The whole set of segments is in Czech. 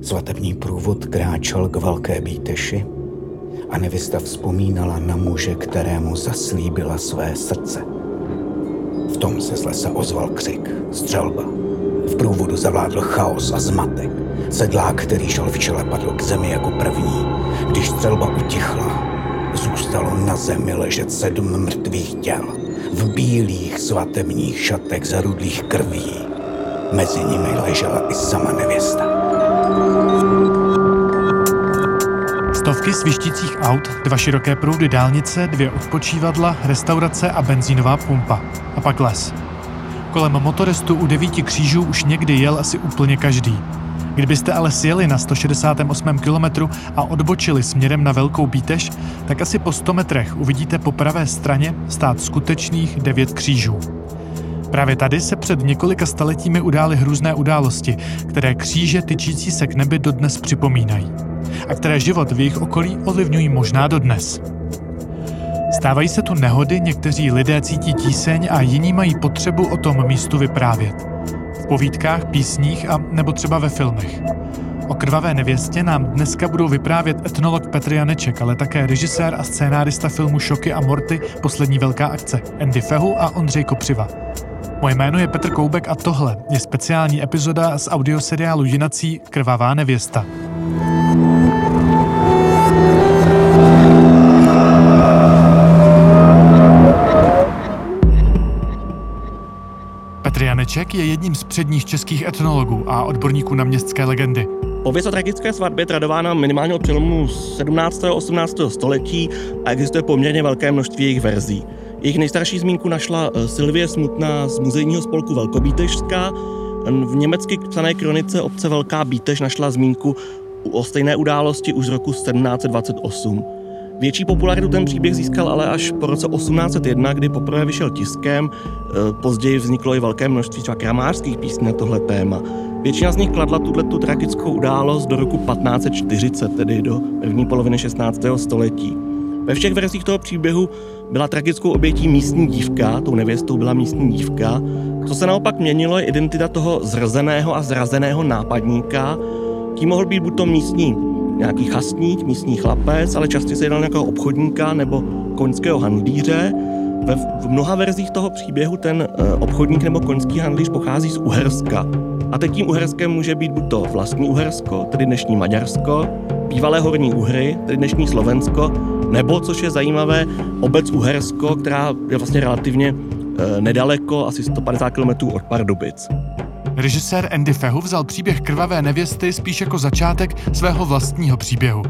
Svatební průvod kráčel k Velké Bíteši a nevěsta vzpomínala na muže, kterému zaslíbila své srdce. V tom se z lesa ozval křik, střelba. V průvodu zavládl chaos a zmatek. Sedlák, který šel v čele, padl k zemi jako první. Když střelba utichla, zůstalo na zemi ležet 7 mrtvých těl v bílých svatebních šatech zarudlých krví. Mezi nimi ležela i sama nevěsta. Stovky svištících aut, 2 široké proudy dálnice, 2 odpočívadla, restaurace a benzínová pumpa. A pak les. Kolem motorestu u 9 křížů už někdy jel asi úplně každý. Kdybyste ale sjeli na 168. kilometru a odbočili směrem na Velkou Bíteš, tak asi po 100 metrech uvidíte po pravé straně stát skutečných 9 křížů. Právě tady se před několika staletími udály hrůzné události, které kříže tyčící se k nebi dodnes připomínají a které život v jejich okolí ovlivňují možná dodnes. Stávají se tu nehody, někteří lidé cítí tíseň a jiní mají potřebu o tom místu vyprávět. V povídkách, písních a nebo třeba ve filmech. O krvavé nevěstě nám dneska budou vyprávět etnolog Petr Janeček, ale také režisér a scénárista filmu Šoky a Morty Poslední velká akce Andy Fehu a Ondřej Kopřiva. Moje jméno je Petr Koubek a tohle je speciální epizoda z audioseriálu Jinací Krvavá nevěsta. Petr Janeček je jedním z předních českých etnologů a odborníků na městské legendy. Pověst o tragické svatbě je tradována minimálně od přelomu 17. a 18. století a existuje poměrně velké množství jejich verzí. Jejich nejstarší zmínku našla Sylvie Smutná z muzejního spolku Velkobítešská. V německy psané kronice obce Velká Bíteš našla zmínku o stejné události už z roku 1728. Větší popularitu ten příběh získal ale až po roce 1801, kdy poprvé vyšel tiskem. Později vzniklo i velké množství třeba kramářských písní na tohle téma. Většina z nich kladla tu tragickou událost do roku 1540, tedy do první poloviny 16. století. Ve všech verzích toho příběhu byla tragickou obětí místní dívka, tou nevěstou byla místní dívka. Co se naopak měnilo, je identita toho zrzeného a zrazeného nápadníka. Tím mohl být buď to místní nějaký chastník, místní chlapec, ale často se jednal nějakého obchodníka nebo koňského handlíře. V mnoha verzích toho příběhu ten obchodník nebo koňský handlíř pochází z Uherska. A teď tím Uherskem může být buď to vlastní Uhersko, tedy dnešní Maďarsko, bývalé Horní Uhry, tedy dnešní Slovensko, nebo, což je zajímavé, obec Uhersko, která je vlastně relativně nedaleko, asi 150 km od Pardubic. Režisér Andy Fehu vzal příběh krvavé nevěsty spíš jako začátek svého vlastního příběhu.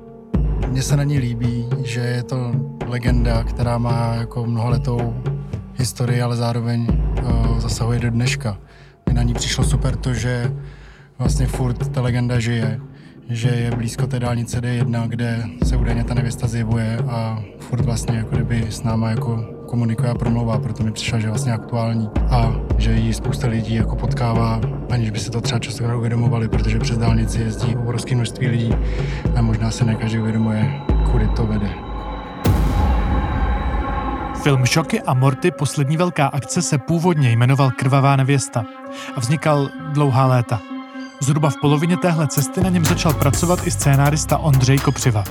Mně se na ní líbí, že je to legenda, která má jako mnohaletou historii, ale zároveň zasahuje do dneška. Mně na ní přišlo super to, že vlastně furt ta legenda žije, že je blízko té dálnice D1, kde se údajně ta nevěsta zjevuje a furt vlastně jako kdyby s náma jako komunikuje a promlouvá, proto mi přišla, že je vlastně aktuální a že jí spousta lidí jako potkává, aniž by se to třeba častokrát uvědomovali, protože přes dálnici jezdí obrovské množství lidí a možná se ne každý uvědomuje, kudy to vede. Film Šoky a Morty Poslední velká akce se původně jmenoval Krvavá nevěsta a vznikal dlouhá léta. Zhruba v polovině téhle cesty na něm začal pracovat i scénárista Ondřej Kopřiva.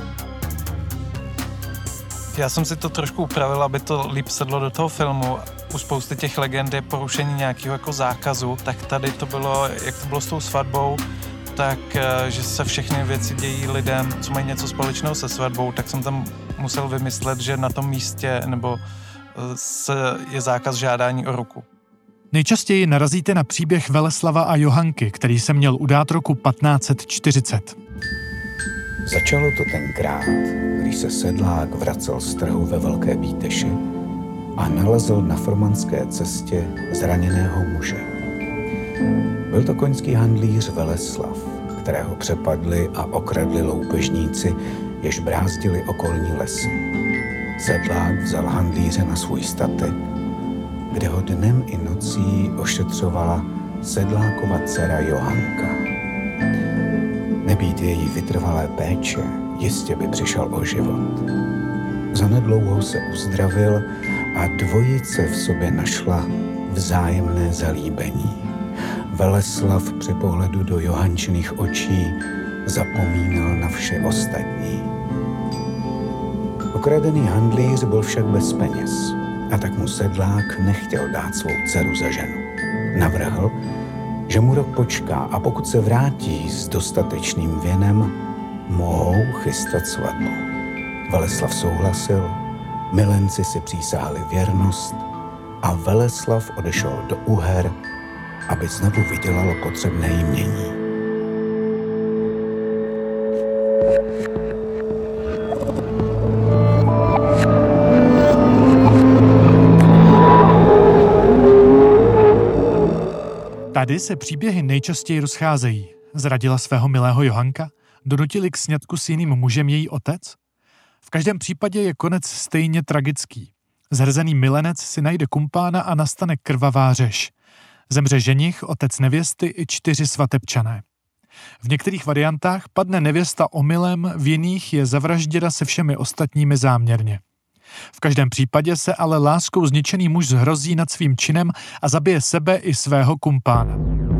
Já jsem si to trošku upravil, aby to líp sedlo do toho filmu. U spousty těch legend je porušení nějakého jako zákazu, tak tady to bylo, jak to bylo s tou svatbou, tak že se všechny věci dějí lidem, co mají něco společného se svatbou, tak jsem tam musel vymyslet, že na tom místě nebo je zákaz žádání o ruku. Nejčastěji narazíte na příběh Veleslava a Johanky, který se měl udát roku 1540. Začalo to tenkrát, když se sedlák vracel z trhu ve Velké Bíteši a nalezl na fromanské cestě zraněného muže. Byl to koňský handlíř Veleslav, kterého přepadli a okradli loupežníci, jež brázdili okolní lesy. Sedlák vzal handlíře na svůj statek, kde ho dnem i nocí ošetřovala sedlákova dcera Johanka. Nebýt její vytrvalé péče, jistě by přišel o život. Zanedlouho se uzdravil a dvojice v sobě našla vzájemné zalíbení. Veleslav při pohledu do Johančiných očí zapomínal na vše ostatní. Okradený handlíř byl však bez peněz a tak mu sedlák nechtěl dát svou dceru za ženu. Navrhl, že mu rok počká a pokud se vrátí s dostatečným věnem, mohou chystat svatbu. Veleslav souhlasil, milenci si přísahali věrnost a Veleslav odešel do Uher, aby znovu vydělal potřebné jmění. Tady se příběhy nejčastěji rozcházejí. Zradila svého milého Johanka? Donutili k sňatku s jiným mužem její otec? V každém případě je konec stejně tragický. Zhrzený milenec si najde kumpána a nastane krvavá řeš. Zemře ženich, otec nevěsty i 4 svatebčané. V některých variantách padne nevěsta omylem, v jiných je zavražděna se všemi ostatními záměrně. V každém případě se ale láskou zničený muž zhrozí nad svým činem a zabije sebe i svého kumpána.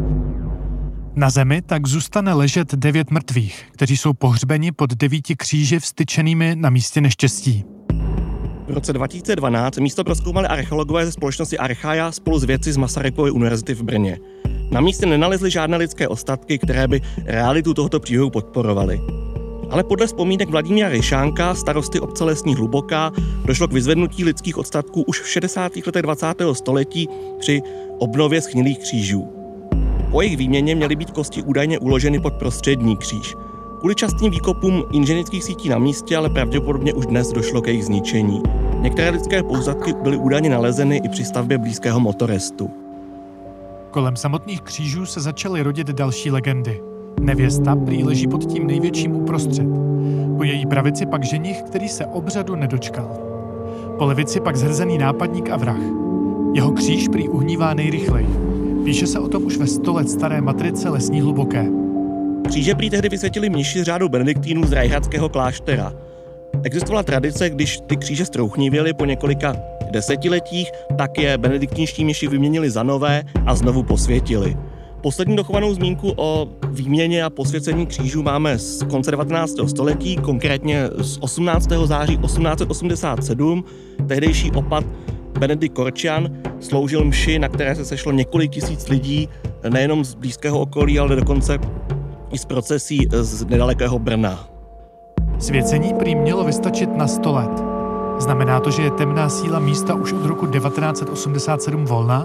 Na zemi tak zůstane ležet 9 mrtvých, kteří jsou pohřbeni pod 9 kříži vztyčenými na místě neštěstí. V roce 2012 místo prozkoumali archeologové ze společnosti Archaia spolu s vědci z Masarykovy univerzity v Brně. Na místě nenalezli žádné lidské ostatky, které by realitu tohoto příběhu podporovaly. Ale podle vzpomínek Vladimíra Ryšánka, starosty obce Lesní Hluboká, došlo k vyzvednutí lidských ostatků už v 60. letech 20. století při obnově schnilých křížů. Po jejich výměně měly být kosti údajně uloženy pod prostřední kříž. Kvůli častým výkopům inženýrských sítí na místě, ale pravděpodobně už dnes došlo k jejich zničení. Některé lidské pozůstatky byly údajně nalezeny i při stavbě blízkého motorestu. Kolem samotných křížů se začaly rodit další legendy. Nevěsta prý leží pod tím největším uprostřed. Po její pravici pak ženich, který se obřadu nedočkal. Po levici pak zhrzený nápadník a vrah. Jeho kříž prý uhnívá nejrychleji. Píše se o tom už ve 100 let staré matrice Lesní Hluboké. Kříže prý tehdy vysvětili mniši z řádu benediktínů z Rajhradského kláštera. Existovala tradice, když ty kříže strouchnivěly po několika desetiletích, tak je benediktínští mniši vyměnili za nové a znovu posvětili. Poslední dochovanou zmínku o výměně a posvěcení křížů máme z konce 19. století, konkrétně z 18. září 1887. Tehdejší opat Benedikt Korčian sloužil mši, na které se sešlo několik tisíc lidí, nejenom z blízkého okolí, ale dokonce i z procesí z nedalekého Brna. Svěcení prý mělo vystačit na 100 let. Znamená to, že je temná síla místa už od roku 1987 volná?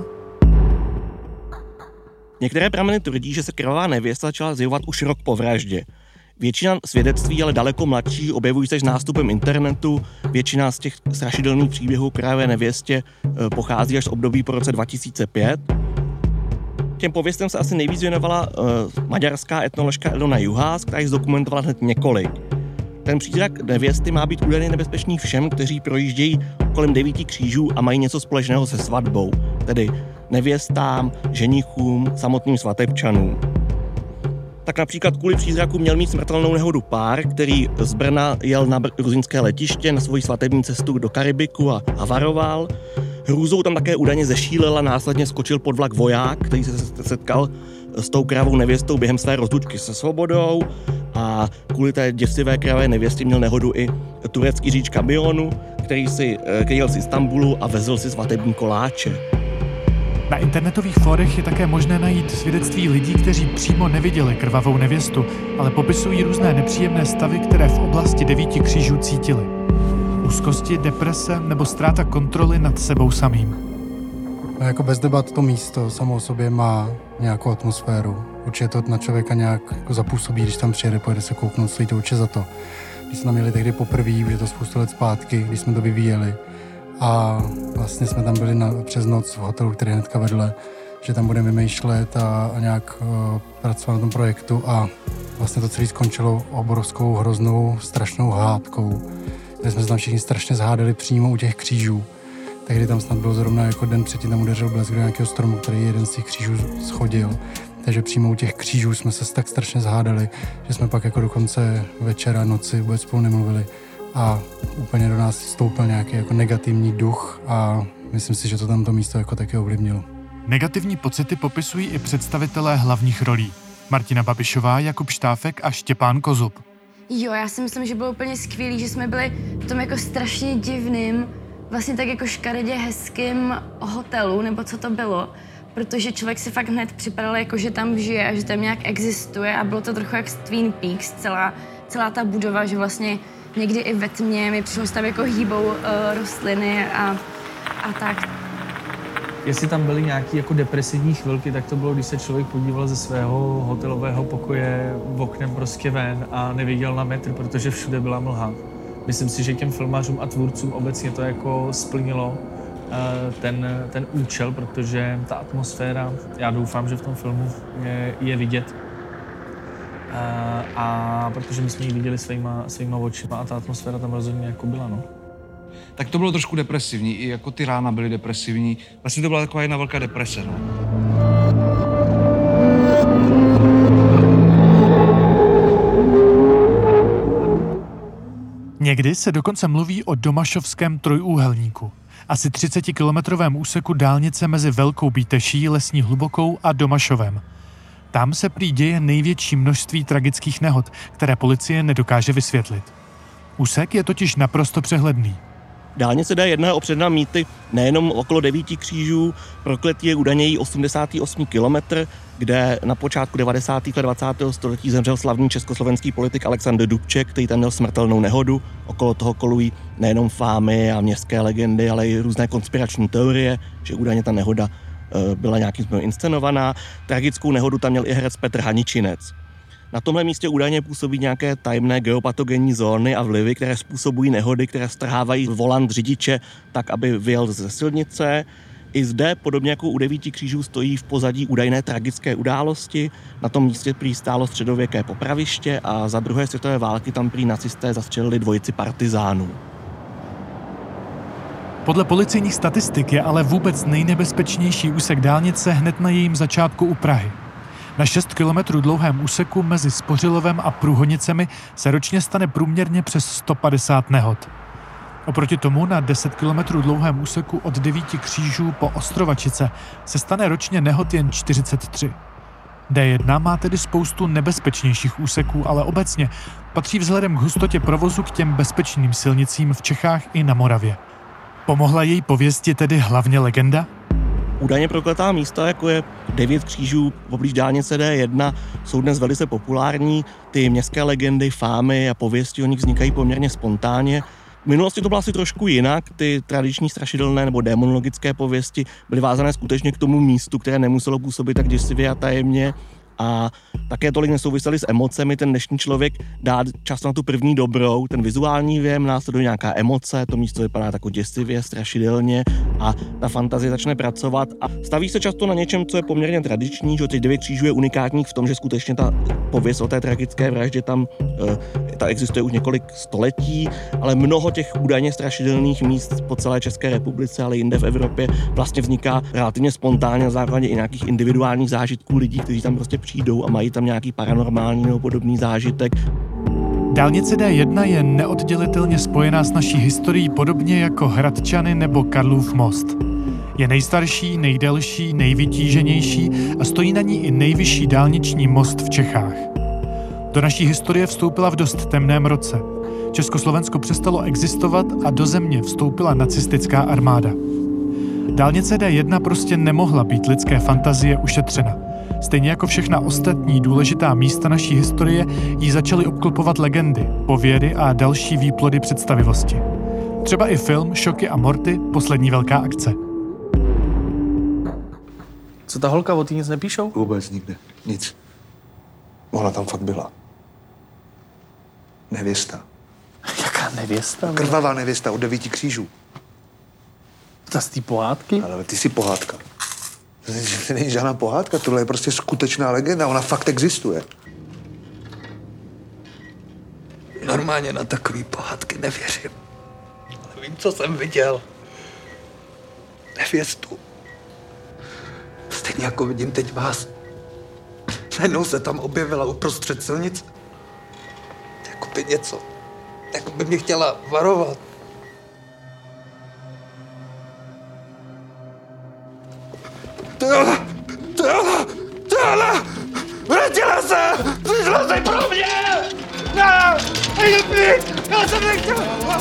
Některé prameny tvrdí, že se krvavá nevěsta začala zjevovat už rok po vraždě. Většina svědectví, ale daleko mladší, objevují se s nástupem internetu. Většina z těch strašidelných příběhů krvavé nevěstě pochází až z období po roce 2005. Těm pověstem se asi nejvíc věnovala maďarská etnoložka Ilona Juhász, která jich zdokumentovala hned několik. Ten přízrak nevěsty má být údajně nebezpečný všem, kteří projíždějí kolem 9 křížů a mají něco společného se svatbou, tedy nevěstám, ženichům, samotným svatebčanům. Tak například kvůli přízraku měl mít smrtelnou nehodu pár, který z Brna jel na gruzínské letiště na svoji svatební cestu do Karibiku a havaroval. Hrůzou tam také údajně zešílel a následně skočil pod vlak voják, který se setkal s tou krvavou nevěstou během své rozlučky se svobodou a kvůli té děsivé krvavé nevěstě měl nehodu i turecký řidič kamionu, který jel z Istanbulu a vezl si svatební koláče. Na internetových fórech je také možné najít svědectví lidí, kteří přímo neviděli krvavou nevěstu, ale popisují různé nepříjemné stavy, které v oblasti 9 křížů cítili. Úzkosti, deprese nebo ztráta kontroly nad sebou samým. A jako bez debat to místo samo o sobě má nějakou atmosféru. Určitě to na člověka nějak jako zapůsobí, když tam přijede, pojede se kouknout, stojí to určitě za to. Když jsme tam jeli tehdy poprvé, už je to spoustu let zpátky, když jsme to vyvíjeli. A vlastně jsme tam byli přes noc v hotelu, který je hnedka vedle, že tam budeme vymýšlet a nějak pracovat na tom projektu a vlastně to celé skončilo obrovskou, hroznou, strašnou hádkou, kde jsme se tam všichni strašně zhádali přímo u těch křížů. Tehdy tam snad bylo zrovna jako den předtím, tam udeřil blesk do nějakého stromu, který jeden z těch křížů schodil. Takže přímo u těch křížů jsme se tak strašně zhádali, že jsme pak jako do konce večera, noci vůbec spolu nemluvili. A úplně do nás vstoupil nějaký jako negativní duch a myslím si, že to tam to místo jako taky ovlivnilo. Negativní pocity popisují i představitelé hlavních rolí. Martina Babišová, Jakub Štáfek a Štěpán Kozub. Jo, já si myslím, že bylo úplně skvělý, že jsme byli v tom jako strašně divným, vlastně tak jako škaredě hezkým hotelu, nebo co to bylo. Protože člověk si fakt hned připadal, jako že tam žije a že tam nějak existuje a bylo to trochu jak Twin Peaks, celá ta budova, že vlastně někdy i ve tmě mi přišlo, že tam jako hýbou rostliny a tak. Jestli tam byly nějaké jako depresivní chvilky, tak to bylo, když se člověk podíval ze svého hotelového pokoje v oknem prostě ven a neviděl na metr, protože všude byla mlha. Myslím si, že těm filmařům a tvůrcům obecně to jako splnilo ten účel, protože ta atmosféra, já doufám, že v tom filmu je vidět. A protože my jsme ji viděli svýma očima a ta atmosféra tam rozhodně jako byla, no. Tak to bylo trošku depresivní, i jako ty rána byly depresivní. Vlastně to byla taková jedna velká deprese, no. Někdy se dokonce mluví o Domašovském trojúhelníku, asi 30-kilometrovém úseku dálnice mezi Velkou Bíteší, Lesní Hlubokou a Domašovem. Tam se prý děje největší množství tragických nehod, které policie nedokáže vysvětlit. Úsek je totiž naprosto přehledný. Dálnice D1 je opředena mýty nejenom okolo 9 křížů, prokletý je údajně její 88. kilometr, kde na počátku 90. a 20. století zemřel slavný československý politik Alexander Dubček, který tam měl smrtelnou nehodu. Okolo toho kolují nejenom fámy a městské legendy, ale i různé konspirační teorie, že údajně ta nehoda byla nějakým způsobem inscenovaná. Tragickou nehodu tam měl i herec Petr Haničinec. Na tomhle místě údajně působí nějaké tajemné geopatogenní zóny a vlivy, které způsobují nehody, které strhávají volant řidiče tak, aby vyjel ze silnice. I zde, podobně jako u 9 křížů, stojí v pozadí údajné tragické události. Na tom místě prý stálo středověké popraviště a za druhé světové války tam prý nacisté zastřelili dvojici partizánů. Podle policejních statistik je ale vůbec nejnebezpečnější úsek dálnice hned na jejím začátku u Prahy. Na 6 kilometrů dlouhém úseku mezi Spořilovem a Průhonicemi se ročně stane průměrně přes 150 nehod. Oproti tomu na 10 kilometrů dlouhém úseku od 9 křížů po Ostrovačice se stane ročně nehod jen 43. D1 má tedy spoustu nebezpečnějších úseků, ale obecně patří vzhledem k hustotě provozu k těm bezpečným silnicím v Čechách i na Moravě. Pomohla její pověsti tedy hlavně legenda? Údajně prokletá místa, jako je 9 křížů poblíž dálnice D1, jsou dnes velice populární. Ty městské legendy, fámy a pověsti o nich vznikají poměrně spontánně. V minulosti to bylo asi trošku jinak. Ty tradiční strašidelné nebo démonologické pověsti byly vázané skutečně k tomu místu, které nemuselo působit tak děsivě a tajemně. A také tolik nesouvisely s emocemi. Ten dnešní člověk dá často na tu první dobrou, ten vizuální věm, následuje nějaká emoce, to místo vypadá tak děsivě, strašidelně a ta fantazie začne pracovat a staví se často na něčem, co je poměrně tradiční, že těch 9 křížů je unikátní v tom, že skutečně ta pověst o té tragické vraždě tam ta existuje už několik století, ale mnoho těch údajně strašidelných míst po celé České republice, ale jinde v Evropě vlastně vzniká relativně spontánně na základě i nějakých individuálních zážitků lidí, kteří tam prostě přijdou a mají tam nějaký paranormální nebo podobný zážitek. Dálnice D1 je neoddělitelně spojená s naší historií podobně jako Hradčany nebo Karlův most. Je nejstarší, nejdelší, nejvytíženější a stojí na ní i nejvyšší dálniční most v Čechách. Do naší historie vstoupila v dost temném roce. Československo přestalo existovat a do země vstoupila nacistická armáda. Dálnice D1 prostě nemohla být lidské fantazie ušetřena. Stejně jako všechna ostatní důležitá místa naší historie jí začaly obklopovat legendy, pověry a další výplody představivosti. Třeba i film Šoky a Morty, poslední velká akce. Co ta holka, o té nic nepíšou? Vůbec nikde. Nic. Ona tam fakt byla. Nevěsta. Jaká nevěsta? Krvavá nevěsta od 9 křížů. Ta z té pohádky? Ale ty jsi pohádka. To není žádná pohádka, tohle je prostě skutečná legenda, ona fakt existuje. Normálně na takový pohádky nevěřím. Ale vím, co jsem viděl. Nevěstu. Stejně jako vidím teď vás. Najednou se tam objevila uprostřed silnice. Jako by něco. Jako by mě chtěla varovat. To Tyhle! Vrátila se! Přišla se pro mě! Ne! Nejde pryč! Já jsem nechtěl!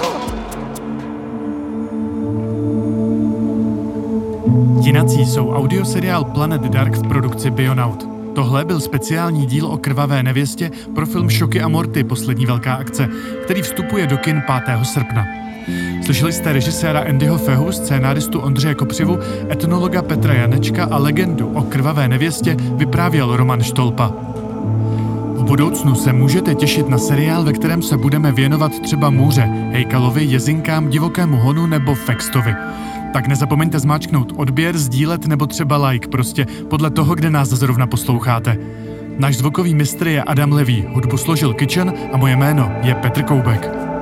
Jinací jsou audioseriál Planet Dark v produkci Bionaut. Tohle byl speciální díl o krvavé nevěstě pro film Šoky a Morty, poslední velká akce, který vstupuje do kin 5. srpna. Slyšeli jste režiséra Andyho Fehu, scénáristu Ondřeje Kopřivu, etnologa Petra Janečka a legendu o krvavé nevěstě vyprávěl Roman Štolpa. V budoucnu se můžete těšit na seriál, ve kterém se budeme věnovat třeba můře, hejkalovi, jezinkám, divokému honu nebo Fextovi. Tak nezapomeňte zmáčknout odběr, sdílet nebo třeba like, prostě podle toho, kde nás zrovna posloucháte. Náš zvukový mistr je Adam Levý, hudbu složil Kitchen a moje jméno je Petr Koubek.